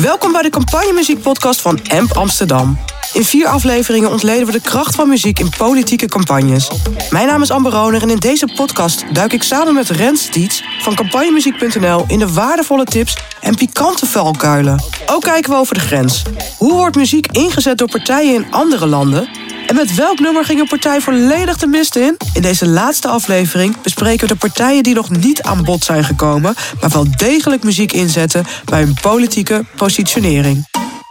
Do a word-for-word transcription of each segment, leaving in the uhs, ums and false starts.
Welkom bij de campagnemuziekpodcast van A M P Amsterdam. In vier afleveringen ontleden we de kracht van muziek in politieke campagnes. Mijn naam is Amber Roner en in deze podcast duik ik samen met Rens Dietz van campagnemuziek punt n l in de waardevolle tips en pikante valkuilen. Ook kijken we over de grens. Hoe wordt muziek ingezet door partijen in andere landen? En met welk nummer ging een partij volledig de mist in? In deze laatste aflevering bespreken we de partijen die nog niet aan bod zijn gekomen, maar wel degelijk muziek inzetten bij hun politieke positionering.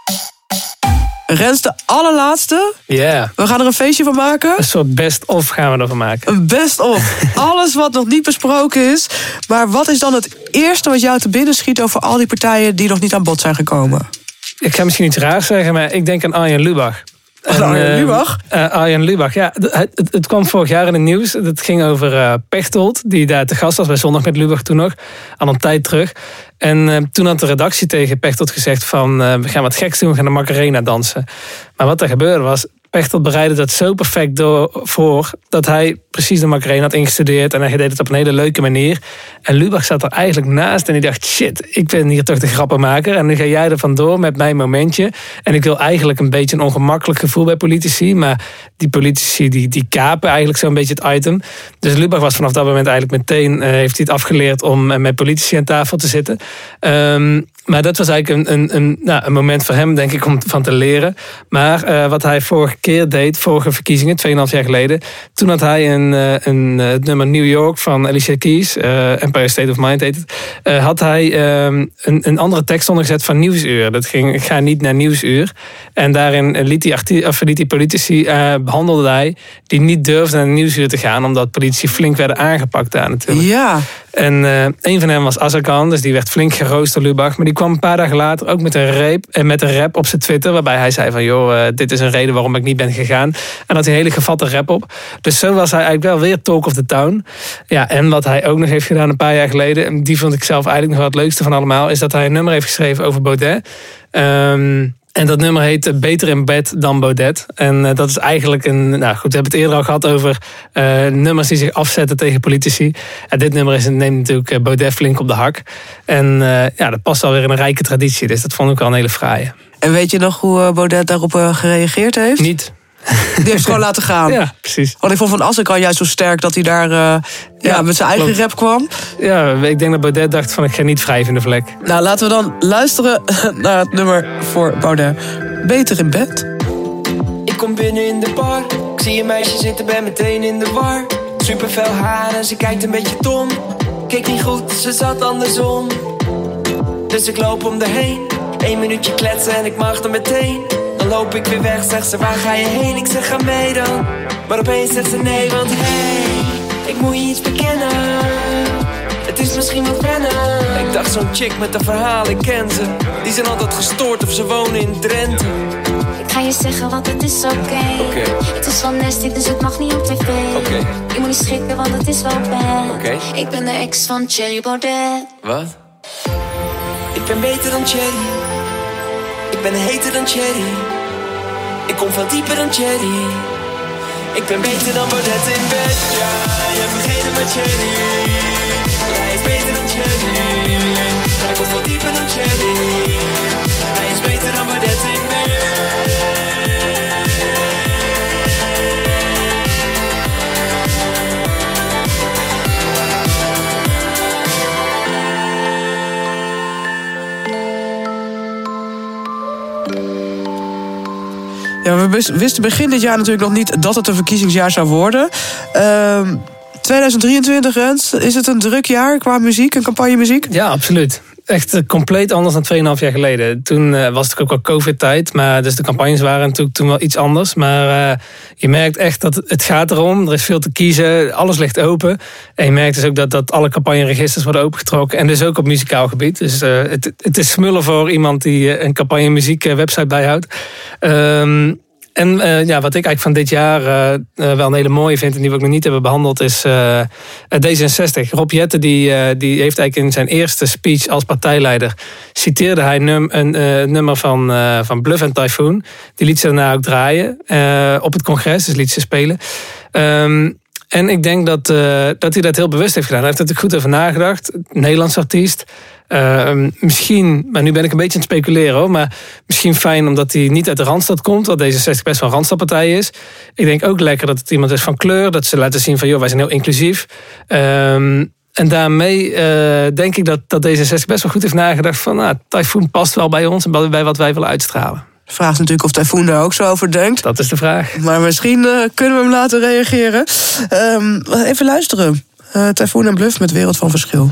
Rens, de allerlaatste. Ja. Yeah. We gaan er een feestje van maken. Een soort best-of gaan we ervan maken. Een best-of. Alles wat nog niet besproken is. Maar wat is dan het eerste wat jou te binnen schiet over al die partijen die nog niet aan bod zijn gekomen? Ik ga misschien iets raars zeggen, maar ik denk aan Arjen Lubach. En, Arjen Lubach? Uh, Arjen Lubach, ja. Het, het, het kwam vorig jaar in het nieuws. Het ging over uh, Pechtold, die daar te gast was bij Zondag met Lubach toen nog. Al een tijd terug. En uh, toen had de redactie tegen Pechtold gezegd van... Uh, we gaan wat geks doen, we gaan de Macarena dansen. Maar wat er gebeurde was... Pechtold bereidde dat zo perfect door, voor... dat hij precies de Macarena had ingestudeerd... en hij deed het op een hele leuke manier. En Lubach zat er eigenlijk naast en die dacht... shit, ik ben hier toch de grappenmaker... en nu ga jij er vandoor met mijn momentje. En ik wil eigenlijk een beetje een ongemakkelijk gevoel bij politici... maar die politici die, die kapen eigenlijk zo'n beetje het item. Dus Lubach was vanaf dat moment eigenlijk meteen... Uh, heeft hij het afgeleerd om uh, met politici aan tafel te zitten... Um, Maar dat was eigenlijk een, een, een, nou, een moment voor hem, denk ik, om van te leren. Maar uh, wat hij vorige keer deed, vorige verkiezingen, tweeënhalf jaar geleden... toen had hij een, een, het nummer New York van Alicia Keys... Uh, Empire State of Mind heet het... Uh, had hij um, een, een andere tekst ondergezet van Nieuwsuur. Dat ging, ga niet naar Nieuwsuur. En daarin liet hij, arti- of liet hij politici, uh, behandelde hij... die niet durfden naar Nieuwsuur te gaan... omdat politici flink werden aangepakt daar natuurlijk. Ja. En uh, een van hen was Azarkan, dus die werd flink geroost door Lubach. Maar die kwam een paar dagen later ook met een rape en met een rap op zijn Twitter... waarbij hij zei van, joh, uh, dit is een reden waarom ik niet ben gegaan. En had hij een hele gevatte rap op. Dus zo was hij eigenlijk wel weer talk of the town. Ja, en wat hij ook nog heeft gedaan een paar jaar geleden... en die vond ik zelf eigenlijk nog wel het leukste van allemaal... is dat hij een nummer heeft geschreven over Baudet... Um, En dat nummer heet Beter in bed dan Baudet. En uh, dat is eigenlijk een... Nou goed, we hebben het eerder al gehad over uh, nummers die zich afzetten tegen politici. En dit nummer is, neemt natuurlijk Baudet flink op de hak. En uh, ja, dat past alweer in een rijke traditie. Dus dat vond ik wel een hele fraaie. En weet je nog hoe Baudet daarop uh, gereageerd heeft? Niet. Die heeft gewoon laten gaan. Ja, precies. Want ik vond Van Azarkan juist zo sterk dat hij daar uh, ja, ja, met zijn eigen klopt. rap kwam. Ja, ik denk dat Baudet dacht van ik ga niet wrijven in de vlek. Nou, laten we dan luisteren naar het nummer voor Baudet. Beter in bed. Ik kom binnen in de bar. Ik zie een meisje zitten, ben meteen in de war. Super fel haar en ze kijkt een beetje dom. Keek niet goed, ze zat andersom. Dus ik loop om haar heen. Eén minuutje kletsen en ik mag er meteen. Dan loop ik weer weg, zegt ze waar ga je heen? Ik zeg ga mee dan. Maar opeens zegt ze nee, want hey, ik moet je iets bekennen. Het is misschien wat wennen. Ik dacht zo'n chick met een verhaal, ik ken ze. Die zijn altijd gestoord of ze wonen in Drenthe. Ik ga je zeggen, want het is oké. Okay. Okay. Het is wel nasty, dus het mag niet op tv. Okay. Je moet niet schrikken, want het is wel bad. Okay. Ik ben de ex van Thierry Baudet. Wat? Ik ben beter dan Thierry. Ik ben heter dan Thierry. Ik kom veel dieper dan Thierry. Ik ben beter dan Baudet in bed. Ja, je hebt vergeten met Thierry. Hij is beter dan Thierry. Hij komt veel dieper dan Thierry. Hij is beter dan Baudet in bed. Ja, we wisten begin dit jaar natuurlijk nog niet dat het een verkiezingsjaar zou worden. Uh, tweeduizend drieëntwintig, Rens, is het een druk jaar qua muziek en campagnemuziek? Ja, absoluut. Echt uh, compleet anders dan tweeënhalf jaar geleden. Toen uh, was het ook wel COVID-tijd, maar dus de campagnes waren natuurlijk toen wel iets anders. Maar uh, je merkt echt dat het gaat erom, er is veel te kiezen, alles ligt open. En je merkt dus ook dat, dat alle campagneregisters worden opengetrokken. En dus ook op muzikaal gebied. Dus uh, het, het is smullen voor iemand die uh, een campagnemuziek uh, website bijhoudt. Um, En uh, ja, wat ik eigenlijk van dit jaar uh, uh, wel een hele mooie vind... en die we ook nog niet hebben behandeld, is uh, D zesenzestig. Rob Jetten die, uh, die heeft eigenlijk in zijn eerste speech als partijleider... citeerde hij num- een uh, nummer van, uh, van Bluff en Typhoon. Die liet ze daarna ook draaien uh, op het congres, dus liet ze spelen. Um, En ik denk dat, uh, dat hij dat heel bewust heeft gedaan. Hij heeft er goed over nagedacht. Nederlands artiest. Uh, misschien, maar nu ben ik een beetje aan het speculeren hoor. Maar misschien fijn omdat hij niet uit de Randstad komt. Dat D zesenzestig best wel een Randstadpartij is. Ik denk ook lekker dat het iemand is van kleur. Dat ze laten zien van joh, wij zijn heel inclusief. Um, en daarmee uh, denk ik dat, dat D zesenzestig best wel goed heeft nagedacht van nou, Typhoon past wel bij ons en bij wat wij willen uitstralen. De vraag is natuurlijk of Typhoon daar ook zo over denkt. Dat is de vraag. Maar misschien uh, kunnen we hem laten reageren. Um, even luisteren. Uh, Typhoon en Bluff met Wereld van Verschil.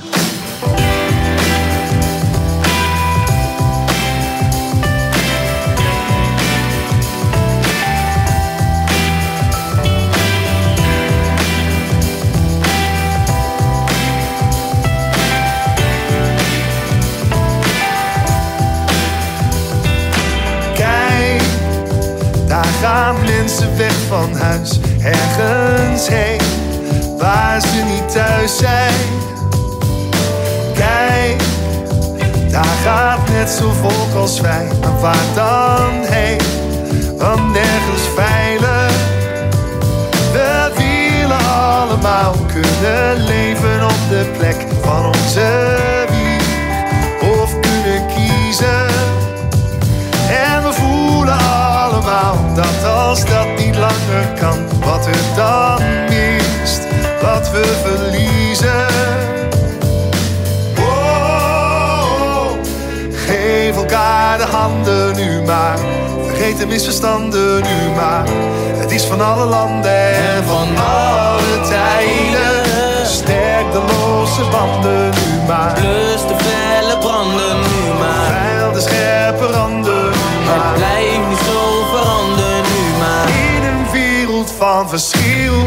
Gaan mensen weg van huis, ergens heen, waar ze niet thuis zijn. Kijk, daar gaat net zo volk als wij, maar waar dan heen? Want nergens veilig. We willen allemaal kunnen leven op de plek van onze wieg, of kunnen kiezen. En we voelen allemaal dat als dat niet langer kan, wat er dan mist, wat we verliezen. Oh, geef elkaar de handen nu maar, vergeet de misverstanden nu maar. Het is van alle landen en van alle tijden. Sterk de losse banden nu maar, Blus de felle branden nu maar, veil de scherpe randen nu maar. Het blijft niet zo veranderen nu maar, in een wereld van verschil.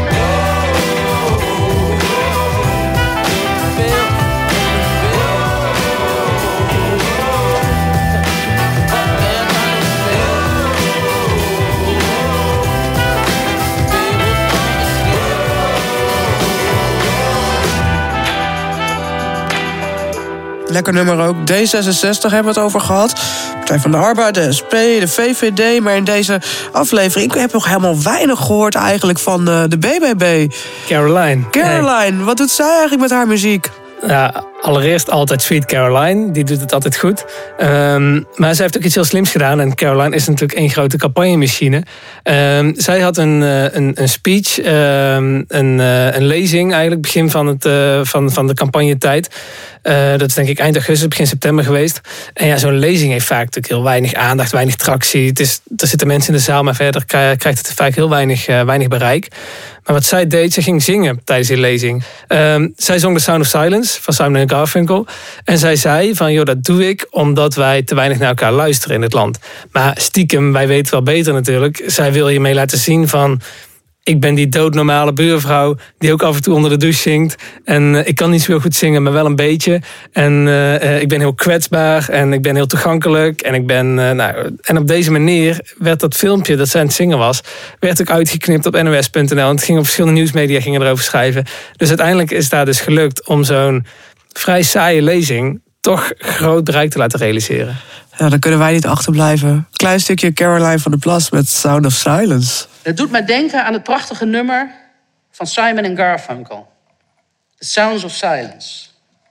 Lekker nummer ook. D zesenzestig hebben we het over gehad. Partij van de Arbeid, de S P, de V V D. Maar in deze aflevering, ik heb nog helemaal weinig gehoord eigenlijk van de, de B B B. Caroline. Caroline, hey. Wat doet zij eigenlijk met haar muziek? Ja, allereerst altijd Sweet Caroline. Die doet het altijd goed. Um, maar zij heeft ook iets heel slims gedaan. En Caroline is natuurlijk één grote campagnemachine. Um, zij had een, een, een speech, um, een, een lezing eigenlijk begin van, het, uh, van, van de campagnetijd. Uh, dat is denk ik eind augustus, begin september geweest. En ja, zo'n lezing heeft vaak natuurlijk heel weinig aandacht, weinig tractie. Het is, er zitten mensen in de zaal, maar verder krijgt het vaak heel weinig, uh, weinig bereik. Maar wat zij deed, ze ging zingen tijdens die lezing. Um, zij zong The Sound of Silence van Simon en Garfunkel. En zij zei van, joh, dat doe ik omdat wij te weinig naar elkaar luisteren in het land. Maar stiekem, wij weten wel beter natuurlijk. Zij wil hiermee laten zien van, ik ben die doodnormale buurvrouw die ook af en toe onder de douche zingt. En uh, ik kan niet zo heel goed zingen, maar wel een beetje. En uh, uh, ik ben heel kwetsbaar en ik ben heel toegankelijk. En, ik ben, uh, nou, en op deze manier werd dat filmpje dat zij aan het zingen was, werd ook uitgeknipt op N O S punt N L. En het ging op verschillende nieuwsmedia gingen erover schrijven. Dus uiteindelijk is daar dus gelukt om zo'n vrij saaie lezing toch groot bereik te laten realiseren. Ja, daar kunnen wij niet achterblijven. Klein stukje Caroline van der Plas met Sound of Silence. Het doet mij denken aan het prachtige nummer van Simon en Garfunkel. The Sounds of Silence.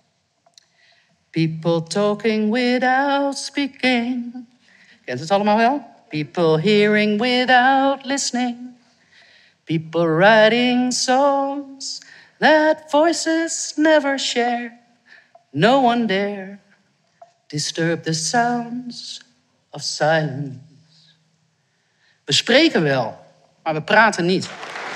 People talking without speaking. Kent het allemaal wel? People hearing without listening. People writing songs that voices never share. No one dare disturb the sounds of silence. We spreken wel, maar we praten niet.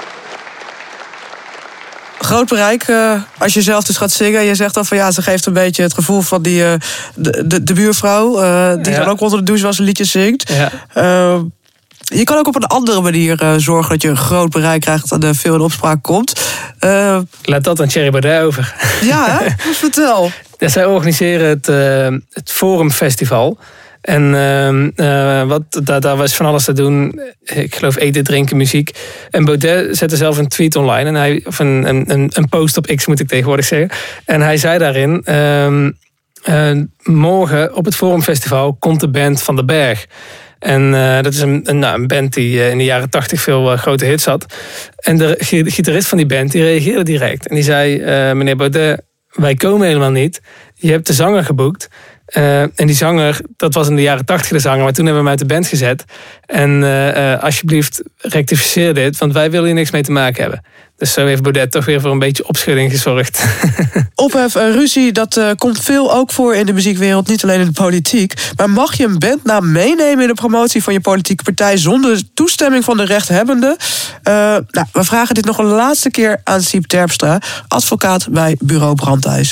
Groot bereik, uh, als je zelf dus gaat zingen. Je zegt dan van ja, ze geeft een beetje het gevoel van die, uh, de, de, de buurvrouw. Uh, die ja. dan ook onder de douche was een liedje zingt. Ja. Uh, je kan ook op een andere manier uh, zorgen dat je een groot bereik krijgt en uh, veel in opspraak komt. Uh, Laat dat aan Thierry Baudet over. Ja, hè? Vertel. Ja, zij organiseren het, uh, het Forum Festival. En uh, uh, wat, daar, daar was van alles te doen. Ik geloof eten, drinken, muziek. En Baudet zette zelf een tweet online. En hij, of een, een, een post op X moet ik tegenwoordig zeggen. En hij zei daarin, Uh, uh, morgen op het Forum Festival komt de band Van den Berg. En uh, dat is een, een, nou, een band die uh, in de jaren tachtig veel uh, grote hits had. En de gitarist van die band die reageerde direct. En die zei, uh, meneer Baudet, wij komen helemaal niet. Je hebt de zanger geboekt. Uh, en die zanger, dat was in de jaren tachtig de zanger, maar toen hebben we hem uit de band gezet. En uh, uh, alsjeblieft, rectificeer dit, want wij willen hier niks mee te maken hebben. Dus zo heeft Baudet toch weer voor een beetje opschudding gezorgd. Ophef en ruzie, dat uh, komt veel ook voor in de muziekwereld, niet alleen in de politiek. Maar mag je een bandnaam meenemen in de promotie van je politieke partij zonder toestemming van de rechthebbende? Uh, nou, we vragen dit nog een laatste keer aan Siep Terpstra, advocaat bij Bureau Brandthijs.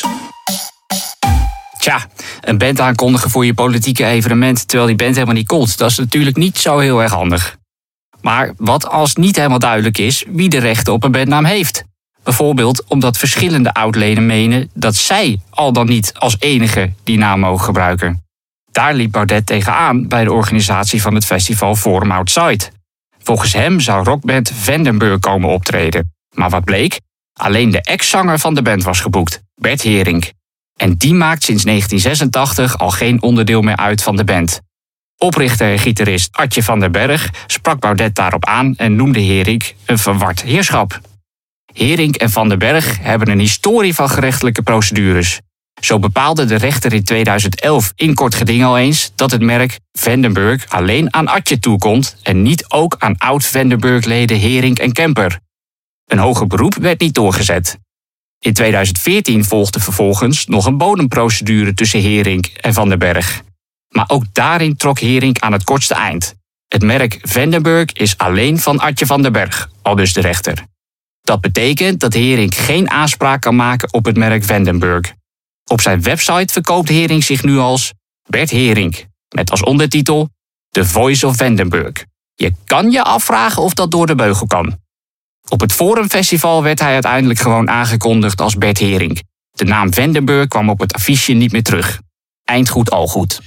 Tja, een band aankondigen voor je politieke evenement terwijl die band helemaal niet komt, dat is natuurlijk niet zo heel erg handig. Maar wat als niet helemaal duidelijk is wie de rechten op een bandnaam heeft? Bijvoorbeeld omdat verschillende oud-leden menen dat zij al dan niet als enige die naam mogen gebruiken. Daar liep Baudet tegenaan bij de organisatie van het festival Forum Outside. Volgens hem zou rockband Vandenberg komen optreden. Maar wat bleek? Alleen de ex-zanger van de band was geboekt, Bert Haering. En die maakt sinds negentien zesentachtig al geen onderdeel meer uit van de band. Oprichter en gitarist Adje van der Berg sprak Baudet daarop aan en noemde Haering een verward heerschap. Haering en Van der Berg hebben een historie van gerechtelijke procedures. Zo bepaalde de rechter in tweeduizend elf in kort geding al eens dat het merk Vandenberg alleen aan Adje toekomt en niet ook aan oud-Vandenberg-leden Haering en Kemper. Een hoger beroep werd niet doorgezet. In tweeduizend veertien volgde vervolgens nog een bodemprocedure tussen Haering en Van der Berg. Maar ook daarin trok Haering aan het kortste eind. Het merk Vandenberg is alleen van Adje van der Berg, aldus de rechter. Dat betekent dat Haering geen aanspraak kan maken op het merk Vandenberg. Op zijn website verkoopt Haering zich nu als Bert Haering, met als ondertitel The Voice of Vandenberg. Je kan je afvragen of dat door de beugel kan. Op het Forum Festival werd hij uiteindelijk gewoon aangekondigd als Bert Haering. De naam Vandenberg kwam op het affiche niet meer terug. Eind goed, al goed.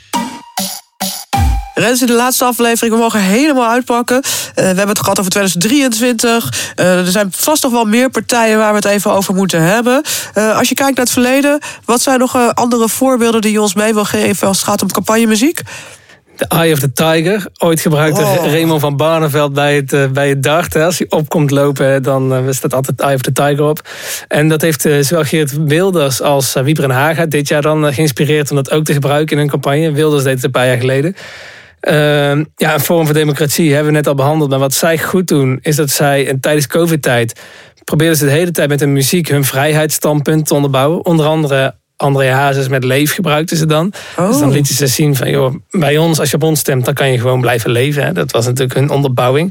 Rens, in de laatste aflevering, we mogen helemaal uitpakken. Uh, we hebben het gehad over tweeduizend drieëntwintig. Uh, er zijn vast nog wel meer partijen waar we het even over moeten hebben. Uh, als je kijkt naar het verleden, wat zijn nog uh, andere voorbeelden die je ons mee wil geven als het gaat om campagnemuziek? The Eye of the Tiger, ooit gebruikt door oh. Raymond van Barneveld bij het, uh, bij het dart. Hè. Als hij opkomt lopen, dan uh, staat altijd Eye of the Tiger op. En dat heeft uh, zowel Geert Wilders als uh, Wieber en Haga dit jaar dan uh, geïnspireerd om dat ook te gebruiken in hun campagne. Wilders deed het een paar jaar geleden. Uh, ja, een Forum voor Democratie hebben we net al behandeld. Maar wat zij goed doen, is dat zij en tijdens COVID-tijd probeerden ze de hele tijd met hun muziek hun vrijheidsstandpunt te onderbouwen. Onder andere André Hazes met Leef gebruikten ze dan. Oh. Dus dan lieten ze zien van, joh, bij ons, als je op ons stemt, dan kan je gewoon blijven leven. Hè. Dat was natuurlijk hun onderbouwing.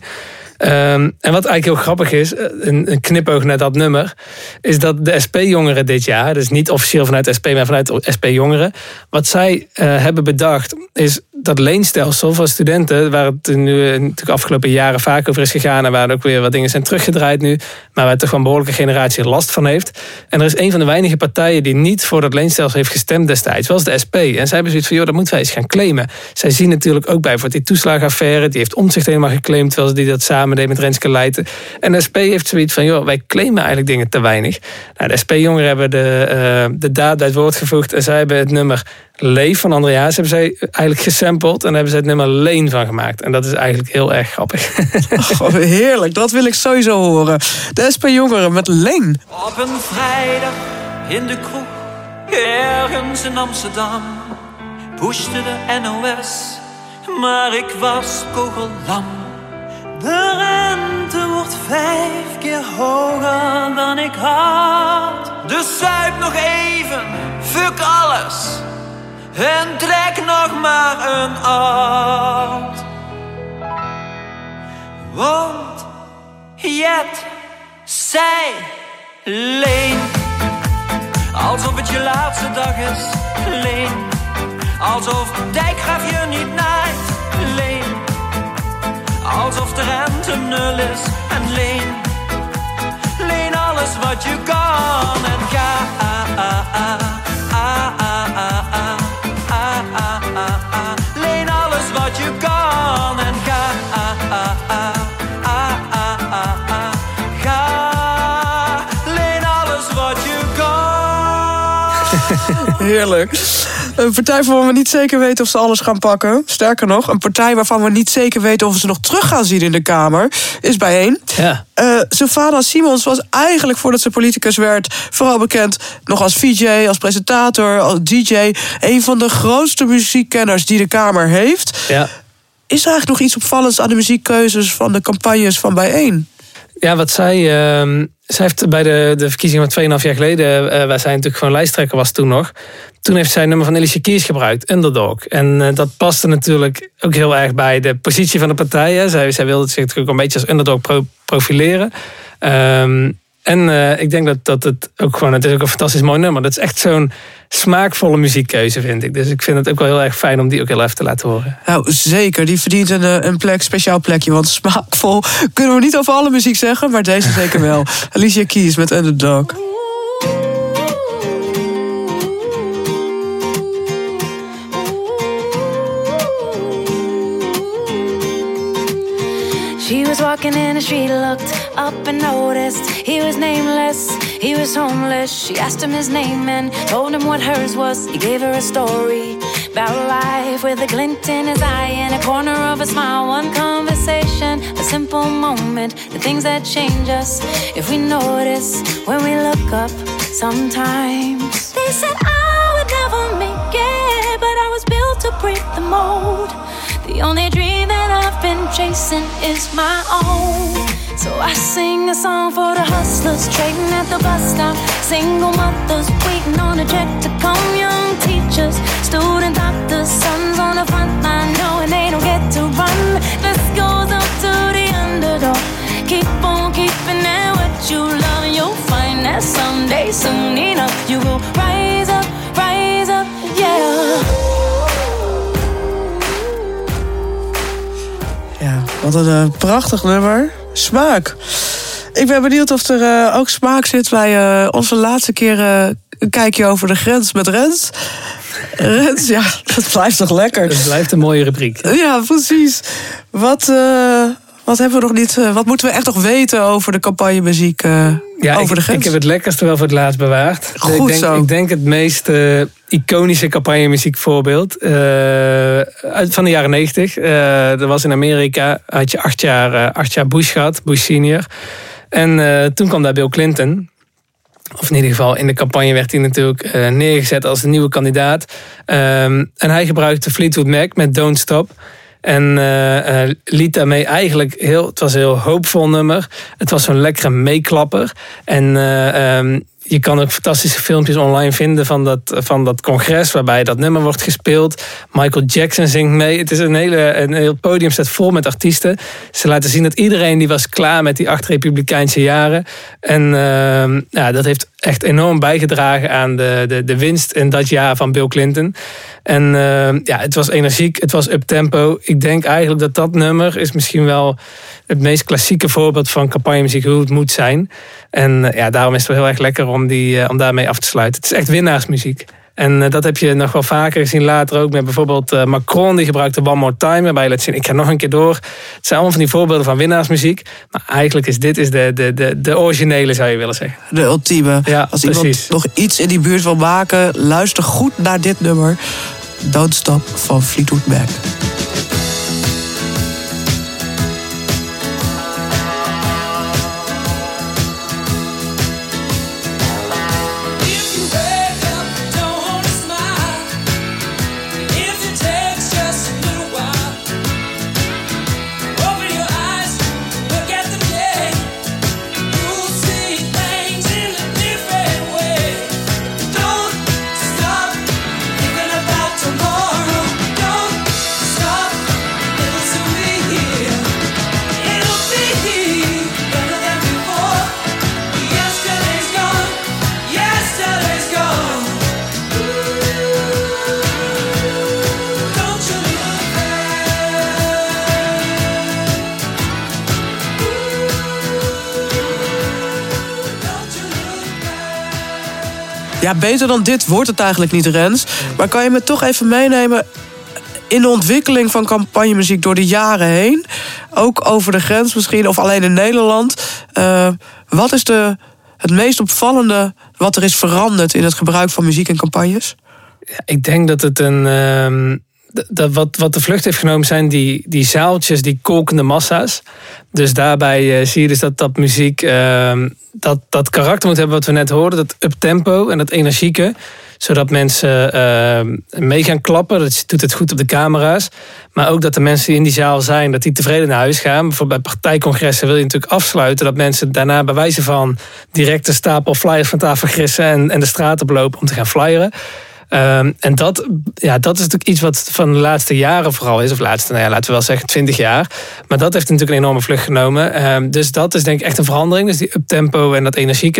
Um, en wat eigenlijk heel grappig is, een, een knipoog naar dat nummer, is dat de S P-jongeren dit jaar, dus niet officieel vanuit de S P, maar vanuit de S P-jongeren, wat zij uh, hebben bedacht, is dat leenstelsel voor studenten, waar het nu natuurlijk afgelopen jaren vaak over is gegaan en waar ook weer wat dingen zijn teruggedraaid nu, maar waar toch wel een behoorlijke generatie last van heeft. En er is een van de weinige partijen die niet voor dat leenstelsel heeft gestemd destijds, was de S P. En zij hebben zoiets van, joh, dat moeten wij eens gaan claimen. Zij zien natuurlijk ook bij voor die toeslagenaffaire, die heeft Omtzigt helemaal geclaimd, terwijl ze die dat samen deed met Renske Leijten. En de S P heeft zoiets van, joh, wij claimen eigenlijk dingen te weinig. Nou, de S P-jongeren hebben de, uh, de daad bij het woord gevoegd en zij hebben het nummer Leef van André Hazes hebben zij eigenlijk gesampled en hebben ze het nummer Leen van gemaakt. En dat is eigenlijk heel erg grappig. Oh, heerlijk, dat wil ik sowieso horen. De S P-jongeren met Leen. Op een vrijdag in de kroeg, ergens in Amsterdam, pushte de N O S, maar ik was kogellam. De rente wordt vijf keer hoger dan ik had. Dus zuip nog even, fuck alles, en trek nog maar een ad. Want Jet zei leen, alsof het je laatste dag is. Leen, alsof Dijkgraaf je niet naait. Leen, alsof de rente nul is. En leen, leen alles wat je kan en ga. Leen alles wat je kan en ga. Ga, leen alles wat je kan. Heerlijk. Een partij waarvan we niet zeker weten of ze alles gaan pakken. Sterker nog, een partij waarvan we niet zeker weten of we ze nog terug gaan zien in de Kamer, is bijeen. Ja. Uh, Sylvana Simons was eigenlijk, voordat ze politicus werd, vooral bekend nog als V J, als presentator, als D J. Een van de grootste muziekkenners die de Kamer heeft. Ja. Is er eigenlijk nog iets opvallends aan de muziekkeuzes van de campagnes van bijeen? Ja, wat zij... Uh, zij heeft bij de, de verkiezingen van tweeënhalf jaar geleden, uh, waar zij natuurlijk gewoon lijsttrekker was toen nog, toen heeft zij een nummer van Alicia Keys gebruikt, Underdog. En uh, dat paste natuurlijk ook heel erg bij de positie van de partij. Hè. Zij, zij wilde zich natuurlijk een beetje als underdog pro- profileren. Um, en uh, ik denk dat, dat het ook gewoon, het is ook een fantastisch mooi nummer. Dat is echt zo'n smaakvolle muziekkeuze, vind ik. Dus ik vind het ook wel heel erg fijn om die ook heel even te laten horen. Nou, zeker. Die verdient een, een plek, speciaal plekje. Want smaakvol kunnen we niet over alle muziek zeggen, maar deze zeker wel. Alicia Keys met Underdog. She was walking in the street, looked up and noticed he was nameless, he was homeless. She asked him his name and told him what hers was. He gave her a story about life with a glint in his eye and a corner of a smile. One conversation, a simple moment, the things that change us if we notice when we look up sometimes. They said I would never make it, but I was built to break the mold. The only dream that I've been chasing is my own. So I sing a song for the hustlers trading at the bus stop, single mothers waiting on a check to come, young teachers, student doctors, sons on the front line knowing they don't get to run. This goes up to the underdog. Keep on keeping at what you love and you'll find that someday, soon enough, you will rise up, rise up, yeah. Ja, wat een uh, prachtig nummer. Smaak. Ik ben benieuwd of er uh, ook smaak zit bij uh, onze laatste keer uh, een kijkje over de grens met Rens. Rens, ja, dat blijft toch lekker. Het blijft een mooie rubriek. Ja, precies. Wat, uh, wat hebben we nog niet? Uh, wat moeten we echt nog weten over de campagnemuziek uh, ja, over ik, de grens? Ik heb het lekkerste wel voor het laatst bewaard. Goed ik denk, zo. Ik denk het meest uh, iconische campagnemuziekvoorbeeld uh, uit van de jaren negentig. Uh, er was in Amerika, had je acht jaar, uh, acht jaar Bush gehad, Bush senior. En uh, toen kwam daar Bill Clinton. Of in ieder geval in de campagne werd hij natuurlijk uh, neergezet als de nieuwe kandidaat. Um, en hij gebruikte Fleetwood Mac met Don't Stop. En uh, uh, liet daarmee eigenlijk heel... Het was een heel hoopvol nummer. Het was zo'n lekkere meeklapper. En uh, um, je kan ook fantastische filmpjes online vinden van dat, van dat congres waarbij dat nummer wordt gespeeld. Michael Jackson zingt mee. Het is een, hele, een heel podium staat vol met artiesten. Ze laten zien dat iedereen die was klaar met die acht republikeinse jaren. En uh, ja, dat heeft echt enorm bijgedragen aan de, de, de winst in dat jaar van Bill Clinton. En uh, ja, het was energiek, het was uptempo. Ik denk eigenlijk dat dat nummer is misschien wel het meest klassieke voorbeeld van campagnemuziek, hoe het moet zijn. En uh, ja, daarom is het wel heel erg lekker om, die, uh, om daarmee af te sluiten. Het is echt winnaarsmuziek. En uh, dat heb je nog wel vaker gezien later ook met bijvoorbeeld uh, Macron, die gebruikte One More Time, waarbij je laat zien, ik ga nog een keer door. Het zijn allemaal van die voorbeelden van winnaarsmuziek. Maar eigenlijk is dit is de, de, de, de originele, zou je willen zeggen. De ultieme. Ja, Als precies. iemand nog iets in die buurt wil maken, luister goed naar dit nummer. Don't Stop van Fleetwood Mac. Ja, beter dan dit wordt het eigenlijk niet, Rens. Maar kan je me toch even meenemen in de ontwikkeling van campagnemuziek door de jaren heen? Ook over de grens misschien, of alleen in Nederland. Uh, wat is de, het meest opvallende wat er is veranderd in het gebruik van muziek in campagnes? Ja, ik denk dat het een... Um, dat wat, wat de vlucht heeft genomen zijn die, die zaaltjes, die kolkende massa's. Dus daarbij uh, zie je dus dat, dat muziek uh, dat, dat karakter moet hebben wat we net hoorden. Dat uptempo en dat energieke. Zodat mensen uh, mee gaan klappen. Dat doet het goed op de camera's. Maar ook dat de mensen die in die zaal zijn, dat die tevreden naar huis gaan. Bijvoorbeeld bij partijcongressen wil je natuurlijk afsluiten. Dat mensen daarna bij wijze van direct een stapel flyers van tafel grissen en, en de straat oplopen om te gaan flyeren. Um, en dat, ja, dat is natuurlijk iets wat van de laatste jaren vooral is. Of laatste, nou ja, laten we wel zeggen twintig jaar. Maar dat heeft natuurlijk een enorme vlucht genomen. Um, dus dat is denk ik echt een verandering. Dus die uptempo en dat energieke.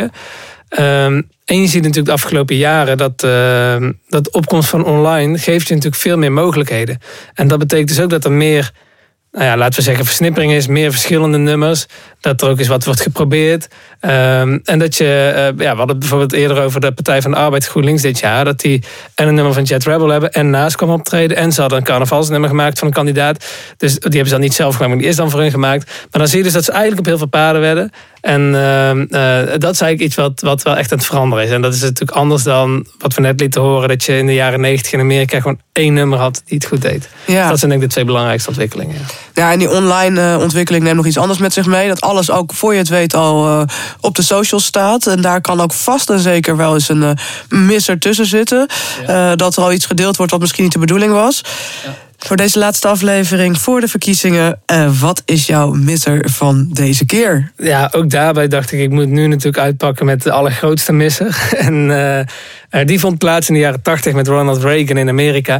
Um, en je ziet natuurlijk de afgelopen jaren dat, uh, dat de opkomst van online geeft je natuurlijk veel meer mogelijkheden. En dat betekent dus ook dat er meer, nou ja, laten we zeggen, versnippering is, meer verschillende nummers. Dat er ook eens wat wordt geprobeerd. Um, en dat je, uh, ja, we hadden het bijvoorbeeld eerder over de Partij van de Arbeid GroenLinks dit jaar. Dat die en een nummer van Jet Rebel hebben en naast kwam optreden. En ze hadden een carnavalsnummer gemaakt van een kandidaat. Dus die hebben ze dan niet zelf gemaakt, maar die is dan voor hun gemaakt. Maar dan zie je dus dat ze eigenlijk op heel veel paden werden. En uh, uh, dat is eigenlijk iets wat, wat wel echt aan het veranderen is. En dat is natuurlijk anders dan wat we net lieten horen. Dat je in de jaren negentig in Amerika gewoon één nummer had die het goed deed. Ja. Dus dat zijn denk ik de twee belangrijkste ontwikkelingen. Ja, ja en die online uh, ontwikkeling neemt nog iets anders met zich mee. Dat alles ook voor je het weet al uh, op de socials staat. En daar kan ook vast en zeker wel eens een uh, misser tussen zitten. Ja. Uh, dat er al iets gedeeld wordt wat misschien niet de bedoeling was. Ja. Voor deze laatste aflevering, voor de verkiezingen. Uh, wat is jouw misser van deze keer? Ja, ook daarbij dacht ik, ik moet nu natuurlijk uitpakken met de allergrootste misser. En uh, uh, die vond plaats in de jaren tachtig met Ronald Reagan in Amerika.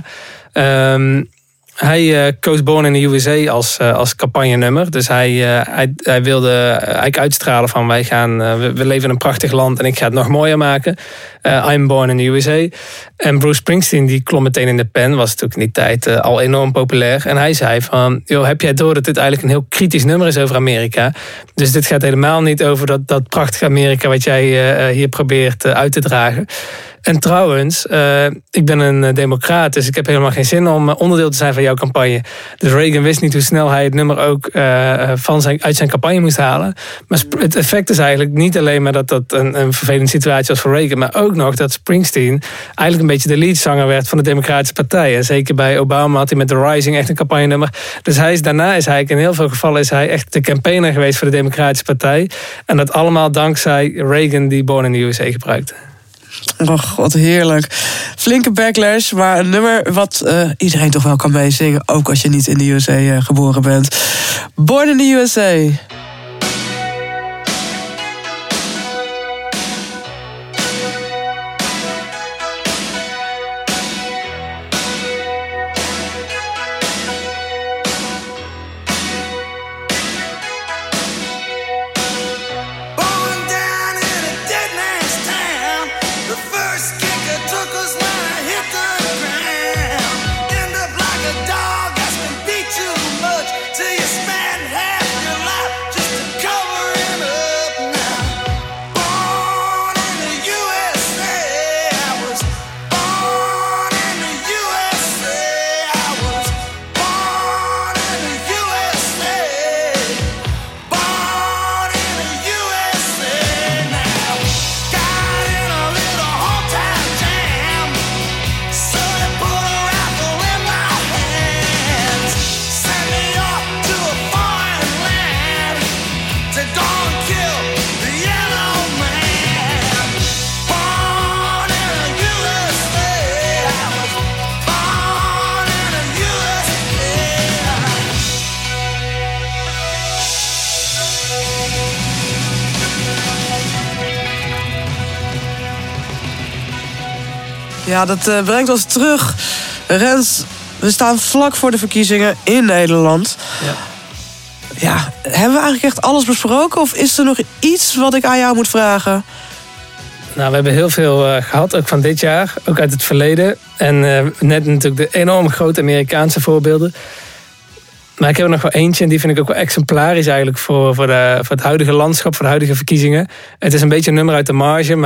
Um, Hij uh, koos Born in the U S A als, uh, als campagnenummer. Dus hij, uh, hij, hij wilde eigenlijk uitstralen van wij gaan, uh, we, we leven in een prachtig land en ik ga het nog mooier maken. Uh, I'm born in the U S A. En Bruce Springsteen die klom meteen in de pen. Was natuurlijk in die tijd uh, al enorm populair. En hij zei van, joh, heb jij door dat dit eigenlijk een heel kritisch nummer is over Amerika? Dus dit gaat helemaal niet over dat, dat prachtige Amerika wat jij uh, hier probeert uh, uit te dragen. En trouwens, uh, ik ben een democraat, dus ik heb helemaal geen zin om onderdeel te zijn van jouw campagne. Dus Reagan wist niet hoe snel hij het nummer ook uh, van zijn, uit zijn campagne moest halen. Maar het effect is eigenlijk niet alleen maar dat dat een, een vervelende situatie was voor Reagan, maar ook nog dat Springsteen eigenlijk een beetje de leadzanger werd van de Democratische Partij. En zeker bij Obama had hij met The Rising echt een campagnenummer. Dus hij is, daarna is hij in heel veel gevallen is hij echt de campaigner geweest voor de Democratische Partij. En dat allemaal dankzij Reagan die Born in the U S A gebruikte. Och, wat heerlijk. Flinke backlash, maar een nummer wat uh, iedereen toch wel kan meezingen. Ook als je niet in de U S A uh, geboren bent. Born in the U S A. Ja, dat uh, brengt ons terug. Rens, we staan vlak voor de verkiezingen in Nederland. Ja. Ja, hebben we eigenlijk echt alles besproken? Of is er nog iets wat ik aan jou moet vragen? Nou, we hebben heel veel uh, gehad, ook van dit jaar. Ook uit het verleden. En uh, net natuurlijk de enorm grote Amerikaanse voorbeelden. Maar ik heb er nog wel eentje en die vind ik ook wel exemplarisch eigenlijk voor, voor, de, voor het huidige landschap, voor de huidige verkiezingen. Het is een beetje een nummer uit de marge, maar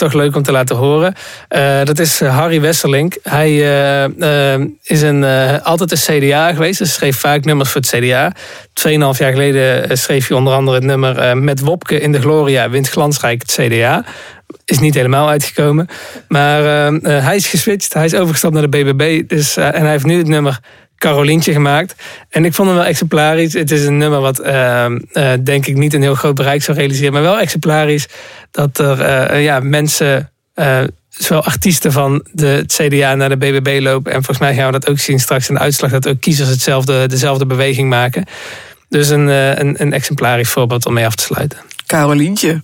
toch leuk om te laten horen. Uh, dat is Harry Wesselink. Hij uh, uh, is een, uh, altijd een C D A geweest. Hij schreef vaak nummers voor het C D A. Tweeënhalf jaar geleden schreef hij onder andere het nummer uh, Met Wopke in de Gloria wint glansrijk het C D A. Is niet helemaal uitgekomen. Maar uh, uh, hij is geswitcht. Hij is overgestapt naar de B B B. Dus, uh, en hij heeft nu het nummer Carolientje gemaakt. En ik vond hem wel exemplarisch. Het is een nummer wat uh, uh, denk ik niet een heel groot bereik zou realiseren. Maar wel exemplarisch dat er uh, uh, ja, mensen, uh, zowel artiesten van de, het C D A naar de B B B lopen. En volgens mij gaan we dat ook zien straks in de uitslag. Dat ook kiezers hetzelfde, dezelfde beweging maken. Dus een, uh, een, een exemplarisch voorbeeld om mee af te sluiten. Carolientje.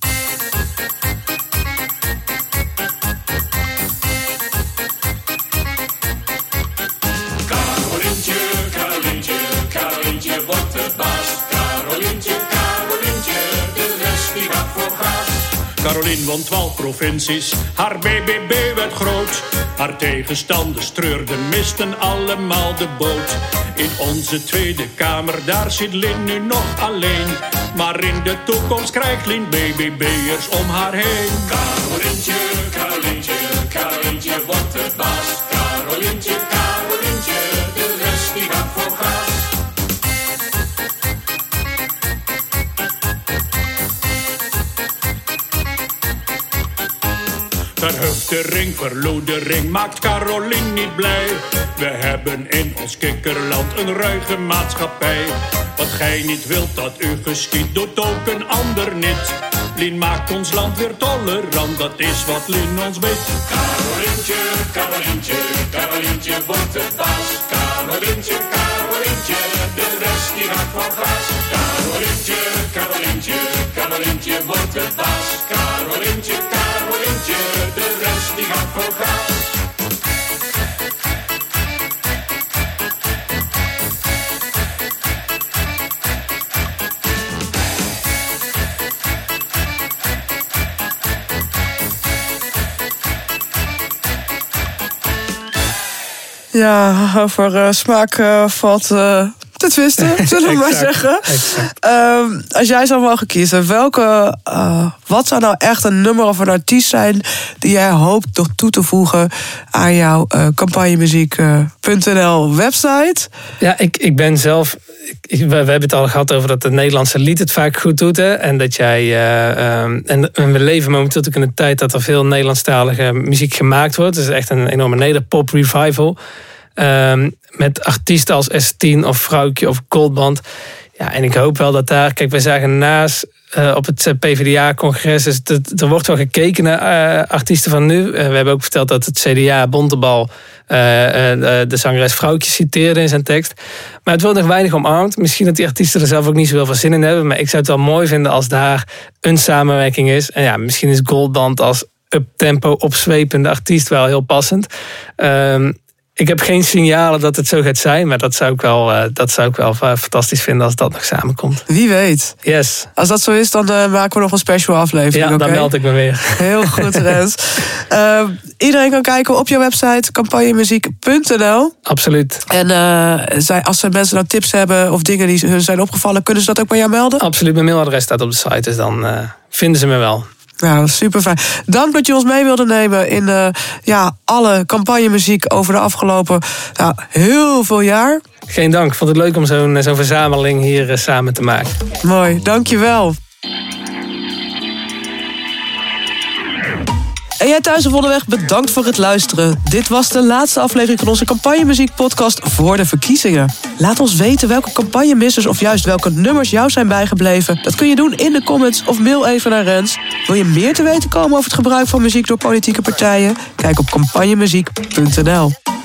Carolien won twaalf provincies, haar B B B werd groot. Haar tegenstanders treurden, misten allemaal de boot. In onze Tweede Kamer, daar zit Lin nu nog alleen. Maar in de toekomst krijgt Lin B B B'ers om haar heen. Carolientje, Carolientje, Carolientje wordt de baas. Carolientje, Carolientje, de rest die gaat voor gas. Verheugde ring, verloede ring maakt Carolien niet blij. We hebben in ons kikkerland een ruige maatschappij. Wat gij niet wilt dat u geschiet, doet ook een ander niet. Lien maakt ons land weer tolerant, dat is wat Lien ons weet. Carolientje, Carolientje, Carolientje wordt de baas. Carolientje, Carolientje, de rest die gaat voor gas. Carolientje, Carolientje, Carolientje wordt de baas. Carolientje, Carolientje, de rest die gaat voor gas. Ja, over uh, smaak uh, valt uh, te twisten, zullen we maar zeggen. Um, als jij zou mogen kiezen, welke, uh, wat zou nou echt een nummer of een artiest zijn die jij hoopt nog toe te voegen aan jouw uh, campagnemuziek punt n l website? Ja, ik, ik ben zelf... Ik, we, we hebben het al gehad over dat het Nederlandse lied het vaak goed doet. Hè? En dat jij. Uh, um, en, en we leven momenteel ook in een tijd dat er veel Nederlandstalige muziek gemaakt wordt. Het is echt een enorme nederpop revival. Um, met artiesten als S tien of Vrouwtje of Goldband. Ja, en ik hoop wel dat daar... Kijk, wij zagen naast uh, op het P V D A-congres... Dus het, er wordt wel gekeken naar uh, artiesten van nu. Uh, we hebben ook verteld dat het C D A Bontebal... Uh, uh, de zangeres Vrouwtje citeerde in zijn tekst. Maar het wordt nog weinig omarmd. Misschien dat die artiesten er zelf ook niet zoveel van zin in hebben. Maar ik zou het wel mooi vinden als daar een samenwerking is. En ja, misschien is Goldband als uptempo opzwepende artiest wel heel passend. Um, Ik heb geen signalen dat het zo gaat zijn, maar dat zou ik wel, uh, dat zou ik wel uh, fantastisch vinden als dat nog samenkomt. Wie weet. Yes. Als dat zo is, dan uh, maken we nog een special aflevering. Ja, dan okay? meld ik me weer. Heel goed, Rens. uh, iedereen kan kijken op jouw website, campagnemuziek punt n l. Absoluut. En uh, als er mensen nou tips hebben of dingen die hun zijn opgevallen, kunnen ze dat ook bij jou melden? Absoluut, mijn mailadres staat op de site, dus dan uh, vinden ze me wel. Nou, super fijn. Dank dat je ons mee wilde nemen in uh, ja, alle campagnemuziek over de afgelopen nou, heel veel jaar. Geen dank, ik vond het leuk om zo'n, zo'n verzameling hier uh, samen te maken. Mooi, dank je wel. En jij thuis op onderweg, bedankt voor het luisteren. Dit was de laatste aflevering van onze campagnemuziek podcast voor de verkiezingen. Laat ons weten welke campagnemissers of juist welke nummers jou zijn bijgebleven. Dat kun je doen in de comments of mail even naar Rens. Wil je meer te weten komen over het gebruik van muziek door politieke partijen? Kijk op campagnemuziek punt n l.